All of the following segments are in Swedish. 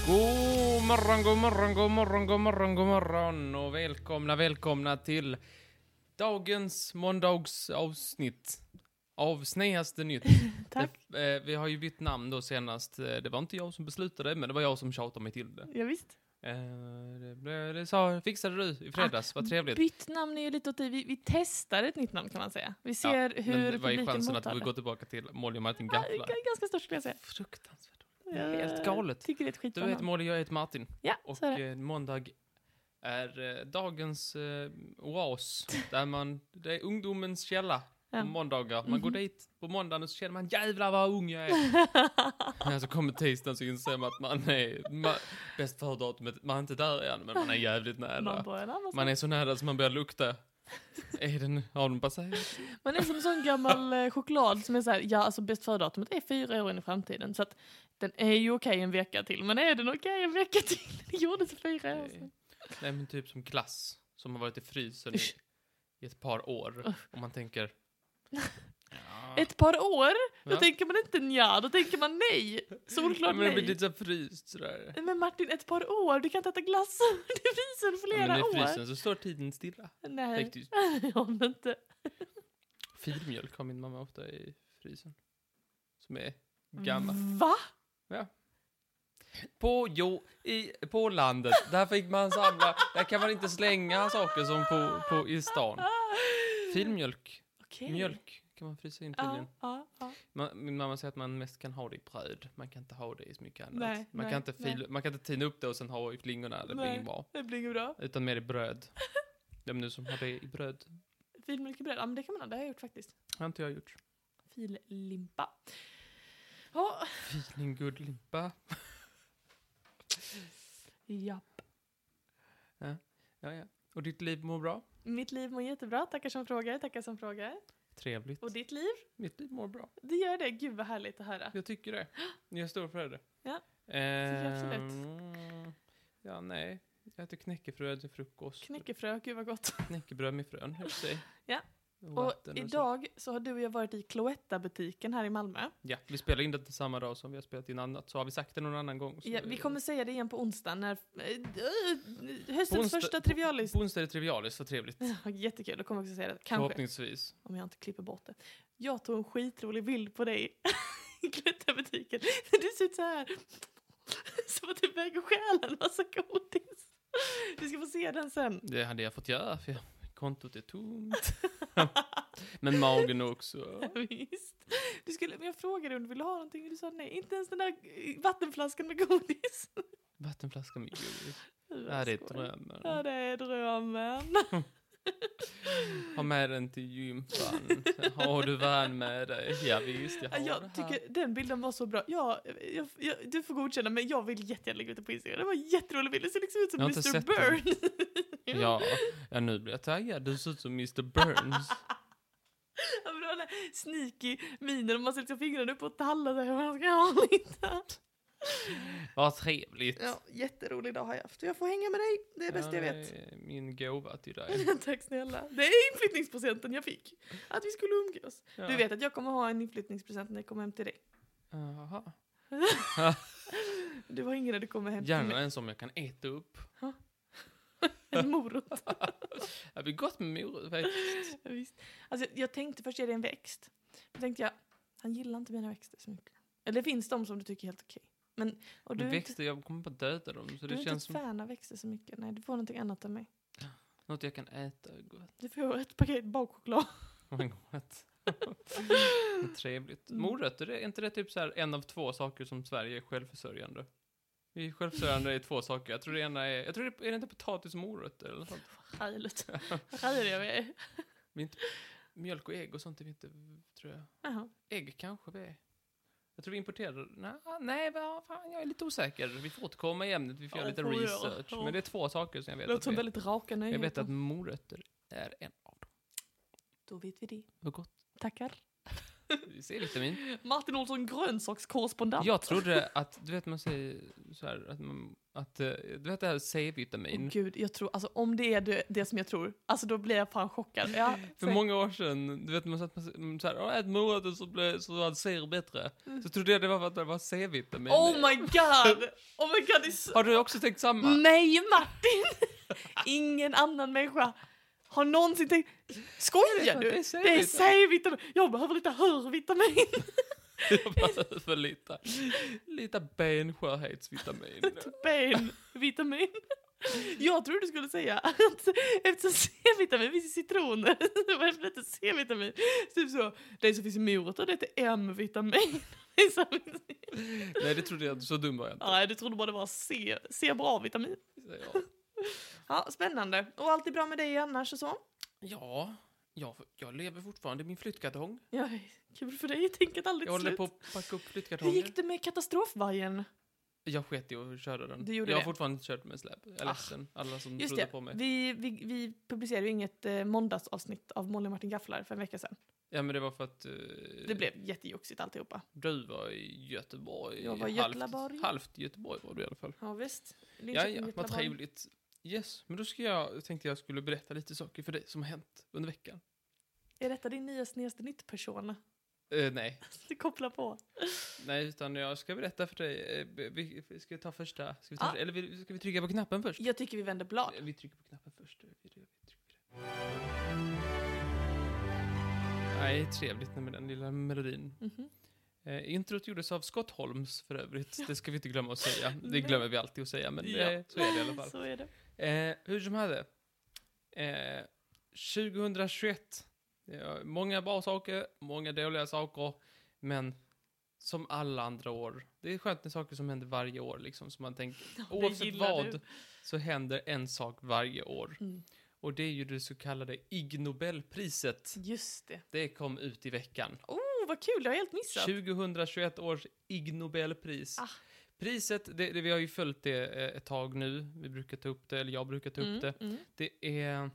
God morgon och välkomna till dagens måndagsavsnitt av Sneaste Nytt. Tack. Vi har ju bytt namn då senast. Det var inte jag som beslutade, men det var jag som tjatade mig till det. Ja, visst. Fixade du i fredags, vad trevligt. Bytt namn är ju lite åt dig. Vi testar ett nytt namn kan man säga. Vi ser hur men det var ju publiken chansen mottar att vi det. går tillbaka till Molly och Martin Gafflar. Ganska stort skulle jag säga. Fruktansvärt. Helt galet. Tycker det är ett skitbra Du heter namn. Molly, jag heter Martin. Ja, Och så är det. måndag är dagens oas. Det är ungdomens källa på måndagar. Man går dit på måndagen och så känner man jävlar vad ung jag är. Så kommer tisdagen så inser man att man är bäst för datumet. Man är inte där än, men man är jävligt nära. Man är så nära som man börjar lukta. Har de passerat? Man är som en sån gammal choklad som är så här, ja alltså bäst före-datumet är 4 år in i framtiden. Så att den är ju okej en vecka till. Men är den okej en vecka till? Det gjorde för 4 år sedan. Det är men typ som glass som har varit i frysen i ett par år. Och man tänker... Ett par år? Då Ja. tänker man inte nja, då tänker man nej. Solklart men det nej. blir lite så fryst sådär. Men Martin, ett par år, du kan inte äta glass. Det fryser flera men i år. frysen så står tiden stilla. Nej, Riktigt. jag vet inte. Filmjölk har min mamma ofta i frysen. Som är gammal. Va? Ja. På landet, där fick man samla, där kan man inte slänga saker som på i stan. Filmjölk, Okej. mjölk kan man frysa in tydligen. Ja. Min mamma säger att man mest kan ha det i bröd, man kan inte ha det i så mycket annat. Nej, man kan inte tina upp det och sen ha i flingorna, det blir inget bra. Det blir inget bra. Utan mer i bröd. De nu som har det i bröd. Filmjölk i bröd, ja men det kan man ha, det har jag gjort faktiskt. Har inte jag gjort. Fillimpa. Ja. Feelinggoodlimpa. Japp. Ja. Och ditt liv mår bra? Mitt liv mår jättebra, tackar som frågar. Trevligt. Och ditt liv? Mitt liv mår bra. Det gör det, gud vad härligt att höra. Jag tycker det. Jag står för det. Ja, tycker jag absolut. Ja, nej. Jag äter knäckefröd till frukost. Knäckefrö, gud vad gott. Knäckebröd med frön, höll sig. Ja. Och idag så har du och jag varit i Cloetta-butiken här i Malmö. Ja, vi spelar in det samma dag som vi har spelat in annat. Så har vi sagt det någon annan gång. Ja, vi kommer säga det igen på onsdag när höstens första Trivialis. På onsdag är det Trivialis, så trevligt. Ja, jättekul, då kommer vi också säga det. Kanske, Förhoppningsvis. om jag inte klipper bort det. Jag tog en skitrolig bild på dig i Cloetta-butiken. Du ser ut så här. Som att du väger stjäla en massa godis. Du ska få se den sen. Det hade jag fått göra, för kontot är tomt. Men magen också. Visst. Men jag frågade om du ville ha någonting och du sa nej. Inte ens den där vattenflaskan med godis. Vattenflaska med godis. Ja, det är drömmen. Ja, det är drömmen. Ha med den till gympan. Har du vän med dig? Ja, visst, jag tycker den bilden var så bra. Du får godkänna, men jag vill jättegärna lägga ut det på Instagram. Det var en jätterolig bild. Det ser liksom ut som Mr. Burns. Ja, nu blir jag taggad. Du ser ut som Mr. Burns. Ja, men den där sneaky minen och man ser liksom fingrarna upp på tallen där man ska ha lite. Vad trevligt. Ja, jätterolig dag har jag haft. Jag får hänga med dig. Det är bäst jag vet. Min gåva till dig. Tack snälla. Det är inflyttningspresenten jag fick. Att vi skulle umgås. Ja. Du vet att jag kommer ha en inflyttningspresent när jag kommer hem till dig. Jaha. Du har ingen när du kommer hem till Gärna mig. en som jag kan äta upp. En morot. Det blir gott med morot faktiskt. Ja, visst. Alltså, jag tänkte först är det en växt. Då tänkte jag, han gillar inte mina växter så mycket. Eller det finns de som du tycker är helt okej. Och du Men är växter, jag kommer bara döda dem. Så du det är känns inte som fan av växter så mycket. Nej, du får någonting annat av mig. något jag kan äta gott. Du får ett paket bakchoklad. Vad gott. Trevligt. Morötter, är inte det typ så här en av 2 saker som Sverige är självförsörjande? Vi är självförsörjande i 2 saker. Jag tror det ena är... är det inte potatis och morötter eller något sånt? Härligt. Vad härligt jag är. Vi är inte, mjölk och ägg och sånt är vi inte, tror jag. Jaha. Ägg kanske vi är. Jag tror vi importerar... Nej, vad fan, jag är lite osäker. Vi får återkomma i ämnet, vi får göra lite research. Men det är 2 saker som jag vet. Det låter som väldigt raka nyheter. Jag vet att morötter är en av dem. Då vet vi det. Vad gott. Tackar. C-vitamin. Martin Olsson, grönsakskorrespondent. Jag trodde att, du vet man säger så här, du vet det här C-vitamin. Gud, jag tror, alltså om det är det som jag tror, alltså då blir jag fan chockad. Ja, för många år sedan, du vet man satt så här, ät morötter så ser det bättre. Så trodde jag det var för att det var C-vitamin. Oh my god! Oh my god, har du också tänkt samma? Nej, Martin! Ingen annan människa har någonsin tänkt... Skojar du? Det är C-vitamin. Jag behöver lite hörvitamin. Jag behöver lite benskörhetsvitamin. Benvitamin. Jag tror du skulle säga att eftersom C-vitamin finns i citroner, så var det lite C-vitamin. Typ så, det som finns i morötter, det heter M-vitamin. Nej, det trodde jag, så dum var jag inte. Nej, du trodde bara det var C-bra-vitamin. Ja, spännande. Och allt är bra med dig annars och så? Ja, jag lever fortfarande i min flyttkartong. Ja, kul för dig. Tänk att aldrig jag slut. håller på att packa upp flyttkartonger. Hur gick det med katastrofvargen? Jag sket i att köra den. Du gjorde jag har det. fortfarande inte kört med släp. Jag är ledsen, alla som just trodde det. på mig. Vi publicerade ju inget måndagsavsnitt av Molly och Martin Gafflar för en vecka sedan. Ja, men det var för att... det blev jättejoxigt alltihopa. Du var i Göteborg. Jag var i Göteborg. Halvt Göteborg var du i alla fall. Ja, visst. Ja, vad trevligt. Yes, men då tänkte jag skulle berätta lite saker för dig som har hänt under veckan. Är detta din nya senaste nytt-persona? Nej. Du kopplar på. Nej, utan jag ska berätta för dig. Vi ska ta första. Eller ska vi trycka på knappen först? Jag tycker vi vänder blad. Vi trycker på knappen först. Nej, trevligt med den lilla melodin. Mm-hmm. Introt gjordes av Scott Holmes för övrigt. Det ska vi inte glömma att säga. Det glömmer vi alltid att säga, men så är det i alla fall. Så är det. Hur som hade. 2021. Många bra saker, många dåliga saker, men som alla andra år. Det är skönt med saker som händer varje år, liksom, som man tänker, oavsett vad, så händer en sak varje år. Och det är ju det så kallade Ig Nobelpriset. Just det. Det kom ut i veckan. Vad kul, det har jag helt missat. 2021 års Ig Nobelpris. Priset, vi har ju följt det ett tag nu. Vi brukar ta upp det, eller jag brukar ta upp det. Det är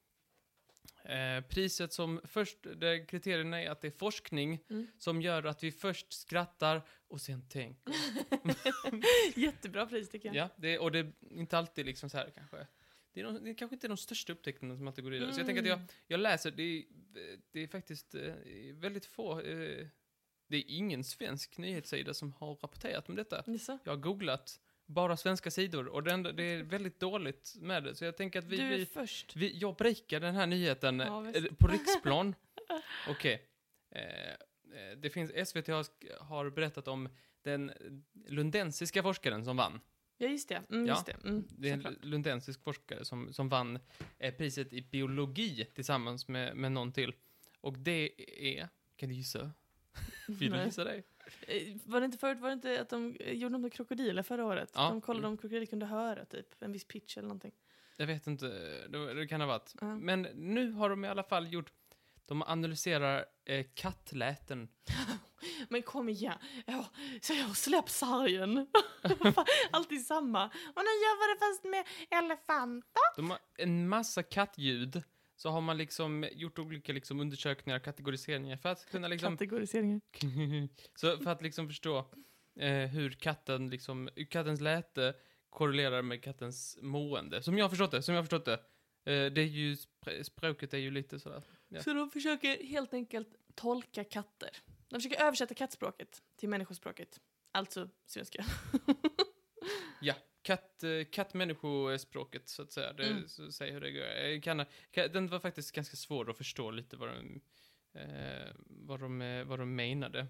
priset som först, där kriterierna är att det är forskning som gör att vi först skrattar och sen tänker. Jättebra pris tycker jag. Ja, och det är inte alltid liksom så här kanske. Det är kanske inte de största upptäckterna som alltid går vidare. Så jag tänker att jag läser, det är faktiskt väldigt få, det är ingen svensk nyhetssida som har rapporterat om detta. Nissa? Jag har googlat bara svenska sidor och det är väldigt dåligt med det. Så jag tänker att du är först. jag breakar den här nyheten på riksplan. Okej. Det finns, SVT har berättat om den lundensiska forskaren som vann. Ja, just det. Just det. Det är en lundensisk forskare som vann priset i biologi tillsammans med någon till. Och det är, kan du gissa? Vill du gissa dig? Var det inte att de gjorde något med krokodiler förra året? Ja. De kollade om krokodiler kunde höra typ en viss pitch eller någonting. Jag vet inte, det kan ha varit. Men nu har de i alla fall de analyserar kattläten. Men kom igen. Ja, så jag släpp sargen. Alltid samma. Och nu gör vi det fast med elefanter. De har en massa kattljud. Så har man liksom gjort olika liksom undersökningar, kategoriseringar för att kunna liksom... Kategoriseringar. Så för att liksom förstå hur kattens läte korrelerar med kattens mående. Som jag har förstått det. Det är ju, språket är ju lite sådär. Ja. Så de försöker helt enkelt tolka katter. De försöker översätta kattspråket till människospråket. Alltså svenska. Ja, kattmänniskospråket så att säga. Det säger hur det går. Den var faktiskt ganska svår att förstå lite vad de menade.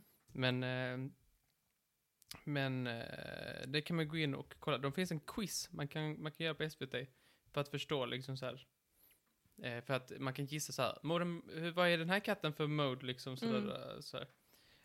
Men det kan man gå in och kolla. Det finns en quiz man kan göra på SVT för att förstå liksom så här. För att man kan gissa så här. Vad är den här katten för mode liksom så där, så här.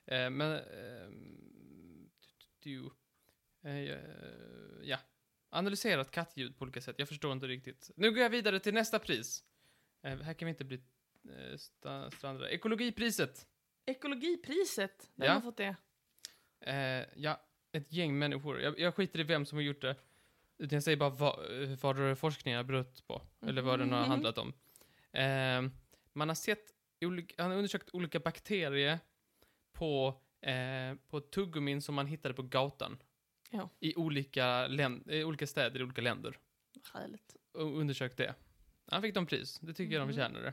Ja. Analyserat kattljud på olika sätt. Jag förstår inte riktigt. Nu går jag vidare till nästa pris. Här kan vi inte bli strandade. Ekologipriset. Ekologipriset? Vem har fått det? Ja, ett gäng människor. Jag skiter i vem som har gjort det. Utan jag säger bara vad forskningen har berott på. Eller vad den har handlat om. Man har undersökt olika bakterier på tuggummin som man hittade på gatan. Ja. I olika städer i olika länder. Härligt. Och undersökt det. Han fick de pris. Det tycker jag de förtjänade.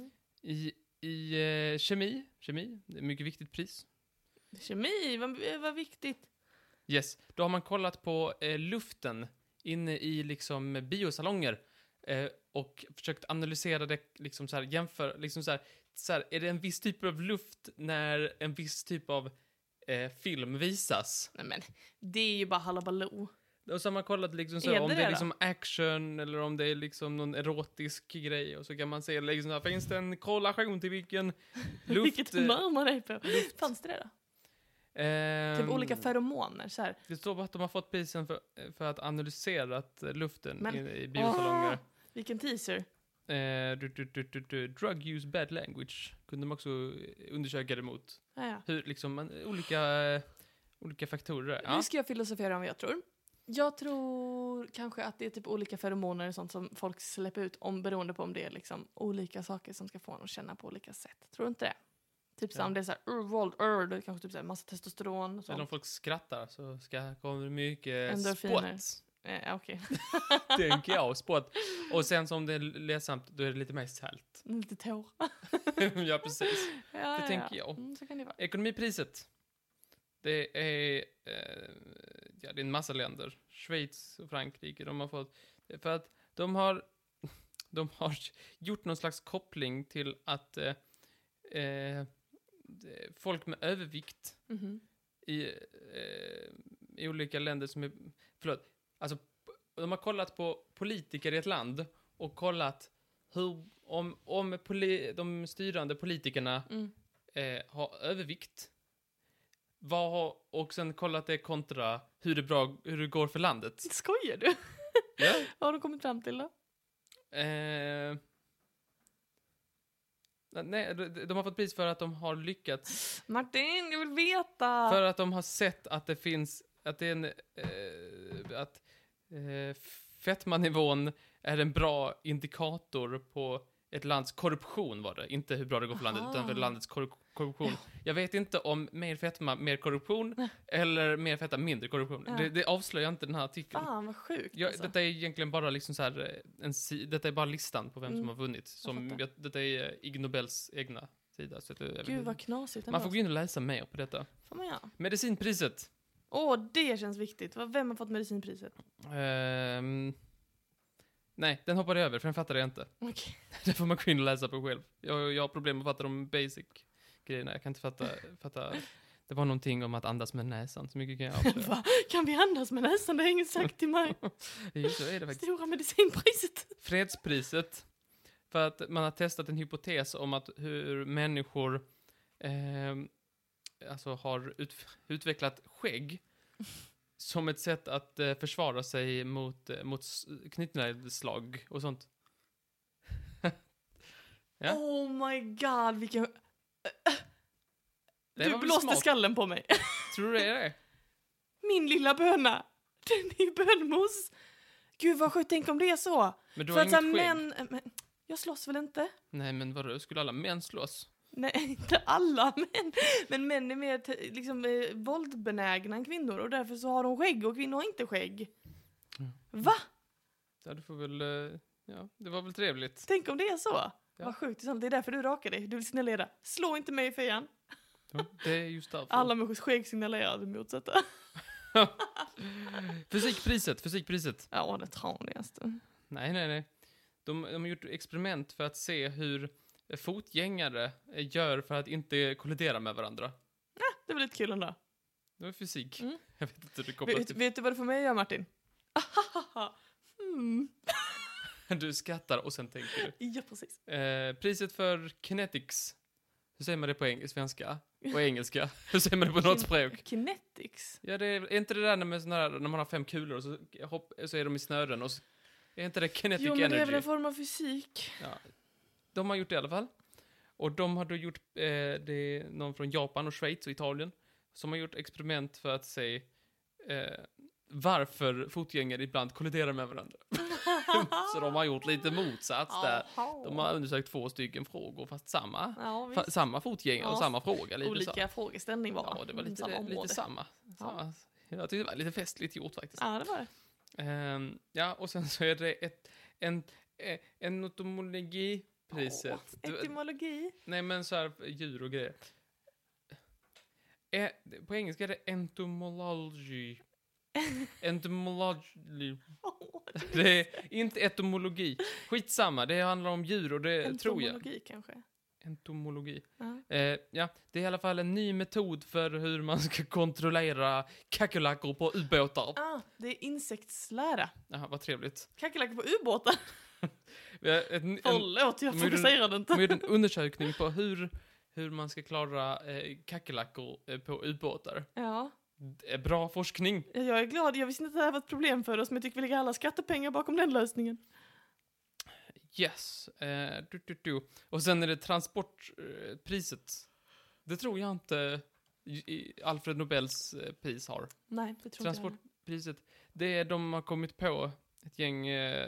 I kemi, det är ett mycket viktigt pris. Kemi, vad viktigt. Yes, då har man kollat på luften inne i liksom biosalonger och försökt analysera det, liksom så här, jämför, liksom så här, är det en viss typ av luft när en viss typ av film visas? Nej, men det är ju bara halabaloo. Och så har man kollat liksom så, om det är liksom action eller om det är liksom någon erotisk grej, och så kan man se liksom, här, finns det en korrelation till vilken luft... Vilket humör man är på. Fanns det då? Typ olika feromoner så här. Det står bara att de har fått prisen för att analysera luften i biosalonger. Vilken teaser. Drug use bad language kunde de också undersöka det mot. Ja. Hur liksom olika faktorer. Ja. Nu ska jag filosofera om vad jag tror. Jag tror kanske att det är typ olika feromoner och sånt som folk släpper ut beroende på om det är liksom olika saker som ska få en att känna på olika sätt. Tror du inte det? Typ så om det är så här våld, då är det kanske typ så här massa testosteron och sånt. Eller om folk skrattar så kommer det mycket endorfiner. spott. Okej. Tänker jag, spott. Och sen som det är ledsamt, då är det lite mer salt. Lite tår. Ja, precis. Det tänker jag. Så kan det vara. Ekonomipriset. Det är det är en massa länder. Schweiz och Frankrike. De har fått, för att de har gjort någon slags koppling till att folk med övervikt i olika länder som är... Alltså, de har kollat på politiker i ett land och kollat hur om de styrande politikerna har övervikt. Och sen kollat det kontra hur det går för landet. Skojar du? Ja. Vad har du kommit fram till då? Nej, de har fått pris för att de har lyckats. Martin, jag vill veta! För att de har sett att det finns, att det är fetmanivån är en bra indikator på ett lands korruption, var det. Inte hur bra det går för landet, utan för landets korruption. Ja. Jag vet inte om mer fetma, mer korruption, eller mer fetta, mindre korruption. Ja. Det avslöjar inte den här artikeln. Fan, vad sjukt. Alltså. Detta är egentligen bara liksom så här, detta är bara listan på vem som har vunnit. Detta är Ig Nobels egna sida. Så Gud, vad knasigt. Man får gå in och läsa mer på detta. Får man göra? Medicinpriset. Det känns viktigt. Vem har fått medicinpriset? Nej, den hoppade jag över, för den fattade jag inte. Okay. Det får man gå in och läsa på själv. Jag har problem med att fatta de basic grejerna. Jag kan inte fatta. Det var någonting om att andas med näsan. Så mycket kan jag avslöja. Va? Kan vi andas med näsan? Det har ingen sagt till mig. Jo, så är det faktiskt. Stora medicinpriset. Fredspriset. För att man har testat en hypotes om att hur människor alltså har utvecklat skägg som ett sätt att försvara sig mot knytnävsslag och sånt. Ja. Oh my god, vilken... Du blåste smart. skallen på mig. Tror du det är det? Min lilla böna. Den är ju bönmos. Gud vad sjukt, tänk om det är så. Men du för har att inget män... Jag slåss väl inte? Nej, men vadå? Skulle alla män slåss? Nej, inte alla män. Men män är mer liksom, våldbenägna än kvinnor. Och därför så har de skägg och kvinnor har inte skägg. Va? Ja, du får väl... Ja, det var väl trevligt. Tänk om det är så. Ja. Vad sjukt, det är därför du rakar dig. Du vill signalera. Slå inte mig i fejan. Ja, det är just därför. Alla med skägg signalerar det motsatta. Fysikpriset. Ja, det tråkigaste. Nej. De har gjort experiment för att se hur fotgängare gör för att inte kollidera med varandra. Ja, det var lite kul ändå. Det var fysik. Mm. Jag vet inte hur det kopplas till. Vet du vad det får mig att göra, Martin? Du skrattar och sen tänker du. Ja, precis. Priset för kinetics. Hur säger man det på svenska? Och engelska. Hur säger man det på något språk? Kinetics? Ja, det är inte det där när man har 5 kulor och så är de i snören. Och så, är inte det kinetic energy? Jo, men det är väl en form av fysik. Ja, de har gjort det i alla fall. Och de har då gjort, det är någon från Japan och Schweiz och Italien som har gjort experiment för att se varför fotgängare ibland kolliderar med varandra. Så de har gjort lite motsats där. De har undersökt 2 stycken frågor, fast samma fotgängare och samma fråga. Lite olika frågeställning var. Ja, det var lite samma. Jag tyckte det var lite festligt gjort faktiskt. Ja, det var det. Ja, och sen så är det entomologipriset. Etymologi? Nej, men så här djur och grejer. På engelska är det entomology. Entomology. Det är inte etymologi. Skitsamma, det handlar om djur och det tror jag. Entomologi kanske. Entomologi. Ja, det är i alla fall en ny metod för hur man ska kontrollera kackerlackor på ubåtar. Det är insektslära. Jaha, vad trevligt. Kackerlackor på ubåtar? Förlåt, jag fokuserade inte. De gjorde en undersökning på hur man ska klara kackerlackor på ubåtar. Ja. Det är bra forskning. Jag är glad, jag visste inte att det här var ett problem för oss, men jag tycker vi lägger alla skattepengar bakom den lösningen. Yes. Och sen är det transportpriset. Det tror jag inte Alfred Nobels pris har. Nej, det tror jag inte. Transportpriset, det är de har kommit på ett gäng,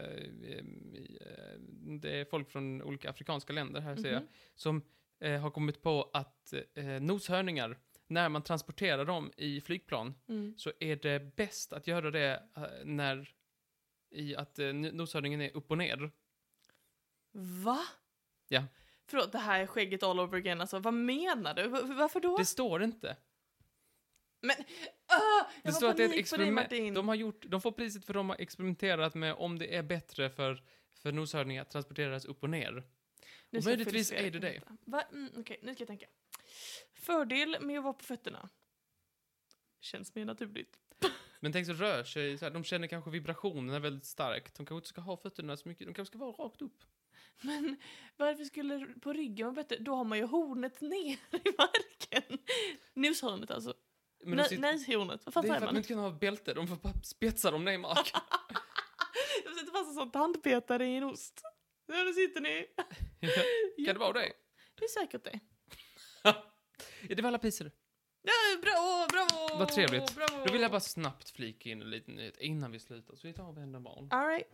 det är folk från olika afrikanska länder här ser jag, som har kommit på att noshörningar, när man transporterar dem i flygplan, så är det bäst att göra det när noshörningen är upp och ner. Va? Ja. Förlåt, det här är skägget all over again. Alltså, vad menar du? Varför då? Det står inte. Men, det står att det är ett experiment. De får priset för de har experimenterat med om det är bättre för noshörningar att transporteras upp och ner. Och möjligtvis är det. Okej, nu ska jag tänka. Fördel med att vara på fötterna. Känns mer naturligt. Men tänk så rör sig, så här, de känner kanske vibrationerna väldigt starkt. De kanske inte ska ha fötterna så mycket, de kanske ska vara rakt upp. Men varför skulle på ryggen vara bättre? Då har man ju hornet ner i marken. Noshörnet alltså. Näshornet, vad fan säger man? Det är för att man inte kan ha bälte, de får bara spetsa dem ner i marken. Jag sätter fast en sån tandpetare i en ost. Där sitter ni. Kan det vara det? Det är säkert det. Det var alla priser. Ja, bravo! Vad trevligt. Bravo. Då vill jag bara snabbt flika in en liten nyhet innan vi slutar. Så vi tar vända barn. All right.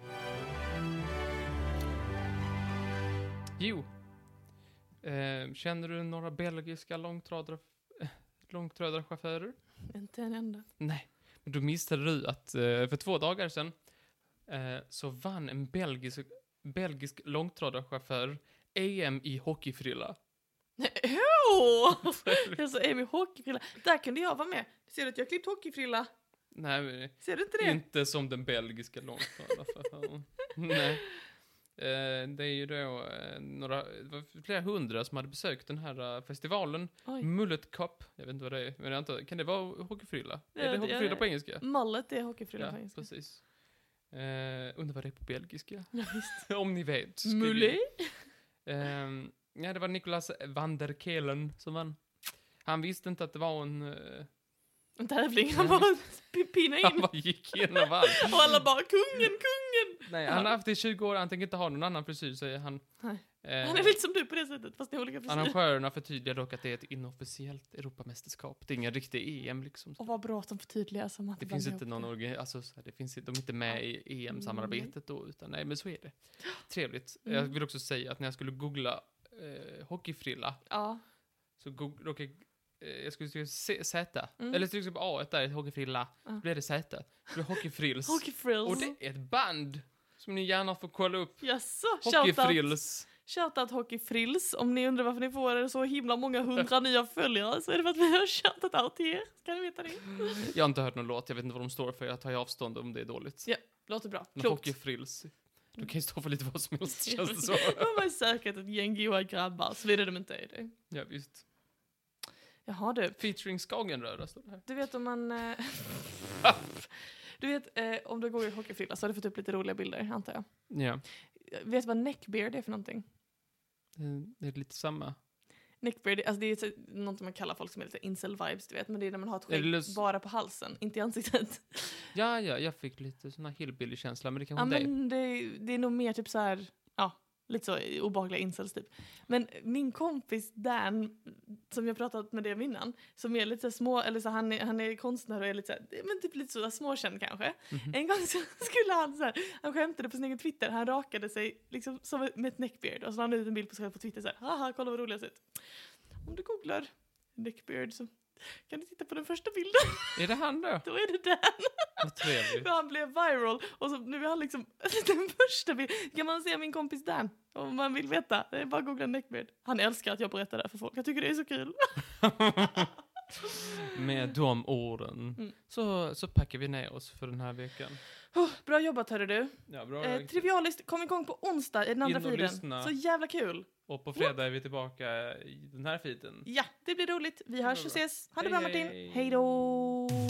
Jo. Känner du några belgiska långtradarchaufförer? Inte en enda. Nej. Men då missade du att för 2 dagar sedan så vann en belgisk långtradarchaufför EM i hockeyfrilla. Alltså EM i hockeyfrilla. Där kunde jag vara med. Ser du att jag har klippt hockeyfrilla? Nej. Ser du inte det? Inte som den belgiska långtradarchauffören. Nej. Det är ju då flera hundra som hade besökt den här festivalen. Mullet Cup. Jag vet inte vad det är. Men jag antar, kan det vara hockeyfrilla? Är det hockeyfrilla på engelska? Mullet är hockeyfrilla på engelska. Precis. Undrar vad det är på belgiska. Ja, visst. Om ni vet. Mullet? Ja, det var Nicolas van der Kelen som vann. Han visste inte att det var en tävling. Han bara pinna in. Han bara gick in och vann. Och alla bara, kungen! Nej, han har haft det i 20 år. Han tänker inte ha någon annan frisyr, säger han. Han är lite som du på det sättet, fast det är olika frisyr. Arrangörerna förtydligar dock att det är ett inofficiellt Europamästerskap. Det är ingen riktig EM liksom. Och vad bra att de förtydligar som att det finns inte någon de är inte med i EM-samarbetet då, utan nej, men så är det. Trevligt. Jag vill också säga att när jag skulle googla hockeyfrilla, så jag skulle skriva Z. Eller trycka på A där, hockeyfrilla. Då blir det Z. Det blir hockeyfrills. Hockeyfrills. Och det är ett band som ni gärna får kolla upp. Jaså, Hockeyfrills. Shoutout Hockeyfrills. Om ni undrar varför ni får så himla många 100 nya följare, så är det för att vi har shoutat out till er. Kan ni veta det? Jag har inte hört någon låt, jag vet inte vad de står för. Jag tar ju avstånd om det är dåligt. Ja, låter bra. Men Hockeyfrills. Du kan ju stå för lite vad som helst, känns det så. De var säkert ett gäng goa grabbar, så vidare de inte är det. Ja, visst. Jaha, du. Featuring Skagenröra står det här. Du vet om man... Du vet, om du går i hockeyfrilla så har du fått upp lite roliga bilder, antar jag. Ja. Vet du vad neckbeard är för någonting? Det är lite samma. Neckbeard, alltså det är något man kallar folk som är lite incel-vibes, du vet. Men det är när man har ett skägg bara på halsen, inte i ansiktet. Ja, jag fick lite sån här hillbilly-känsla, men det kanske inte är. Men det är nog mer typ så här, Lite så obehagliga incels typ. Men min kompis Dan, som jag pratat med det innan, som är lite så små, eller så han är konstnär och är lite så här, men typ lite så småkänd kanske. En gång så skulle han skämtade på sin egen Twitter, han rakade sig liksom som med ett neckbeard och så han ut en bild på sig själv på Twitter så här, haha, kolla vad roligt jag ser ut. Om du googlar neckbeard så kan du titta på den första bilden. Är det han då? Då är det Dan. Vad trevligt. För han blev viral. Och så nu är han liksom den första bilden. Kan man se min kompis Dan? Om man vill veta. Det är bara att googla neckbeard. Han älskar att jag berättar det här för folk. Jag tycker det är så kul. Med de orden så packar vi ner oss för den här veckan. Bra jobbat, hörru du. Ja, bra. Trivialiskt kom igång på onsdag i den andra feeden. Lyssna. Så jävla kul. Och på fredag är vi tillbaka i den här feeden. Ja, det blir roligt. Vi hörs och ses. Ha det bra, Martin. Hej. Hej då!